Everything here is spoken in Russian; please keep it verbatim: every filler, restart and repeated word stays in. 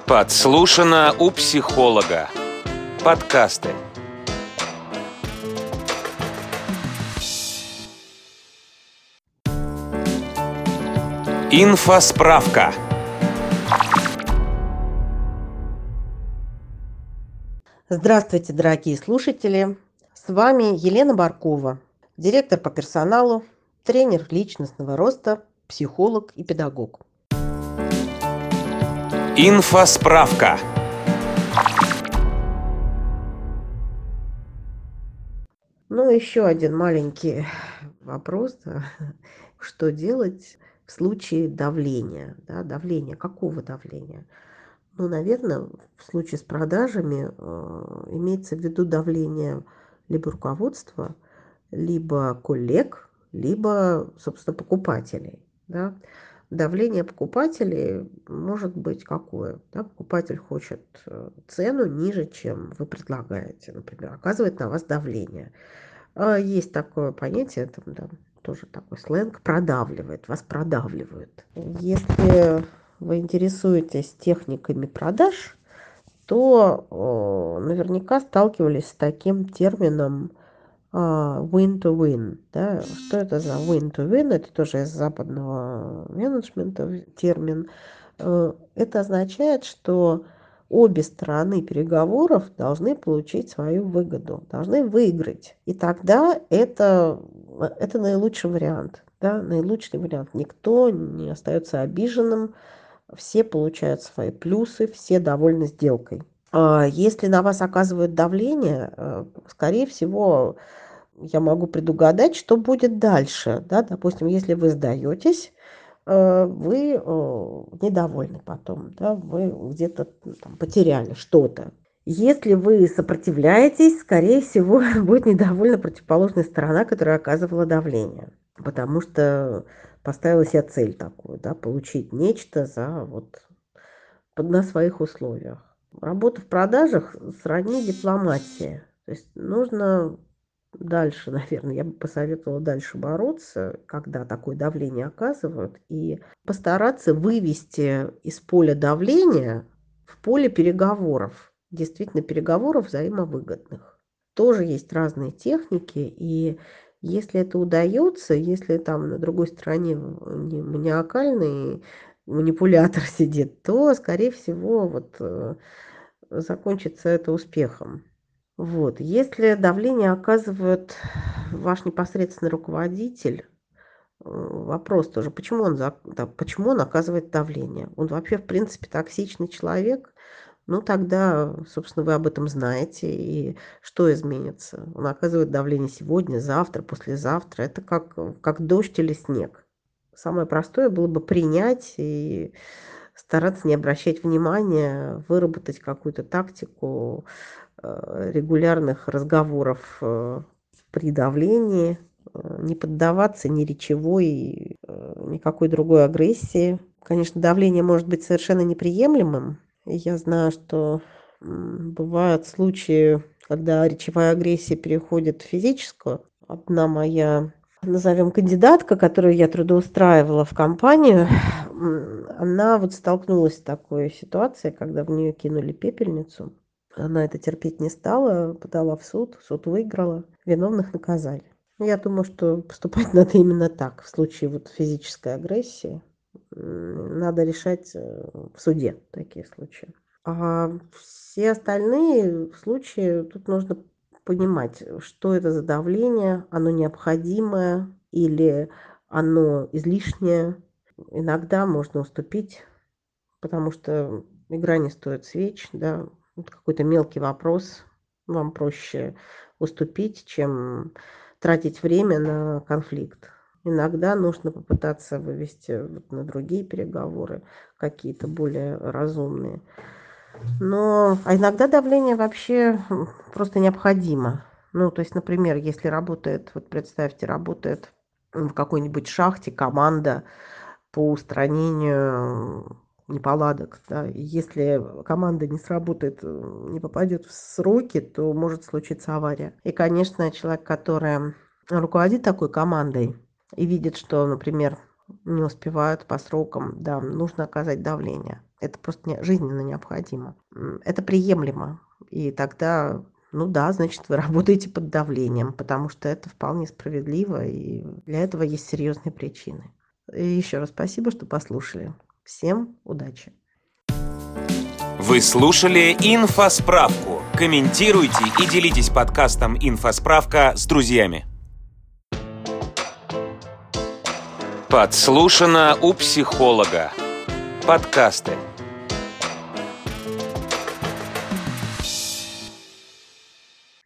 Подслушано у психолога. Подкасты. Инфосправка. Здравствуйте, дорогие слушатели! С вами Елена Баркова, директор по персоналу, тренер личностного роста, психолог и педагог. Инфосправка. Ну, еще один маленький вопрос. да. Что делать в случае давления? Да, давления. Какого давления? Ну, наверное, в случае с продажами э, имеется в виду давление либо руководства, либо коллег, либо, собственно, покупателей. Да. Давление покупателей может быть какое? Да, покупатель хочет э, цену ниже, чем вы предлагаете, например, оказывает на вас давление. А, Есть такое понятие, там, да, тоже такой сленг, продавливает, вас продавливают. Если вы интересуетесь техниками продаж, то о, наверняка сталкивались с таким термином а, win to win. Да? Что это за win to win? Это тоже из западного менеджмента термин. Э, Это означает, что обе стороны переговоров должны получить свою выгоду, должны выиграть. И тогда это, это наилучший вариант. Да? Наилучший вариант. Никто не остается обиженным, все получают свои плюсы, все довольны сделкой. А Если на вас оказывают давление, э, скорее всего, я могу предугадать, что будет дальше. Да? Допустим, если вы сдаетесь, э, вы э, недовольны потом, да? Вы где-то ну, там, потеряли что-то. Если вы сопротивляетесь, скорее всего, будет недовольна противоположная сторона, которая оказывала давление. Потому что поставила себе цель такую, да, получить нечто за вот под- на своих условиях. Работа в продажах сродни дипломатии. То есть нужно дальше, наверное, я бы посоветовала дальше бороться, когда такое давление оказывают, и постараться вывести из поля давления в поле переговоров, действительно переговоров взаимовыгодных. Тоже есть разные техники, и если это удается, если там на другой стороне не маниакальный манипулятор сидит, то, скорее всего, вот э, закончится это успехом. Вот. Если давление оказывает ваш непосредственный руководитель, э, вопрос тоже, почему он, за- да, почему он оказывает давление? Он вообще, в принципе, токсичный человек? Ну, тогда, собственно, вы об этом знаете, и что изменится? Он оказывает давление сегодня, завтра, послезавтра. Это как, как дождь или снег. Самое простое было бы принять и стараться не обращать внимания, выработать какую-то тактику э, регулярных разговоров э, при давлении, э, не поддаваться ни речевой, э, никакой другой агрессии. Конечно, давление может быть совершенно неприемлемым. И я знаю, что м, бывают случаи, когда речевая агрессия переходит в физическую. Одна моя, назовем, кандидатка, которую я трудоустраивала в компанию, м, она вот столкнулась с такой ситуацией, когда в нее кинули пепельницу. Она это терпеть не стала, подала в суд, суд выиграла, виновных наказали. Я думаю, что поступать надо именно так. В случае вот физической агрессии м, надо решать э, в суде такие случаи. А все остальные случаи, тут нужно понимать, что это за давление, оно необходимое или оно излишнее. Иногда можно уступить, потому что игра не стоит свеч, да. Вот какой-то мелкий вопрос, вам проще уступить, чем тратить время на конфликт. Иногда нужно попытаться вывести вот на другие переговоры, какие-то более разумные. Но, а иногда давление вообще м, просто необходимо. Ну, то есть, например, если работает, вот представьте, работает в какой-нибудь шахте команда по устранению неполадок, да. И если команда не сработает, э, не попадет в сроки, то может случиться авария. И, конечно, человек, который руководит такой командой и видит, что, например, не успевают по срокам, да, нужно оказать давление. Это просто не жизненно необходимо. М, это приемлемо. И тогда, ну да, значит, вы работаете под давлением, потому что это вполне справедливо, и для этого есть серьезные причины. И еще раз спасибо, что послушали. Всем удачи! Вы слушали «Инфосправку». Комментируйте и делитесь подкастом «Инфосправка» с друзьями. Подслушано у психолога. Подкасты.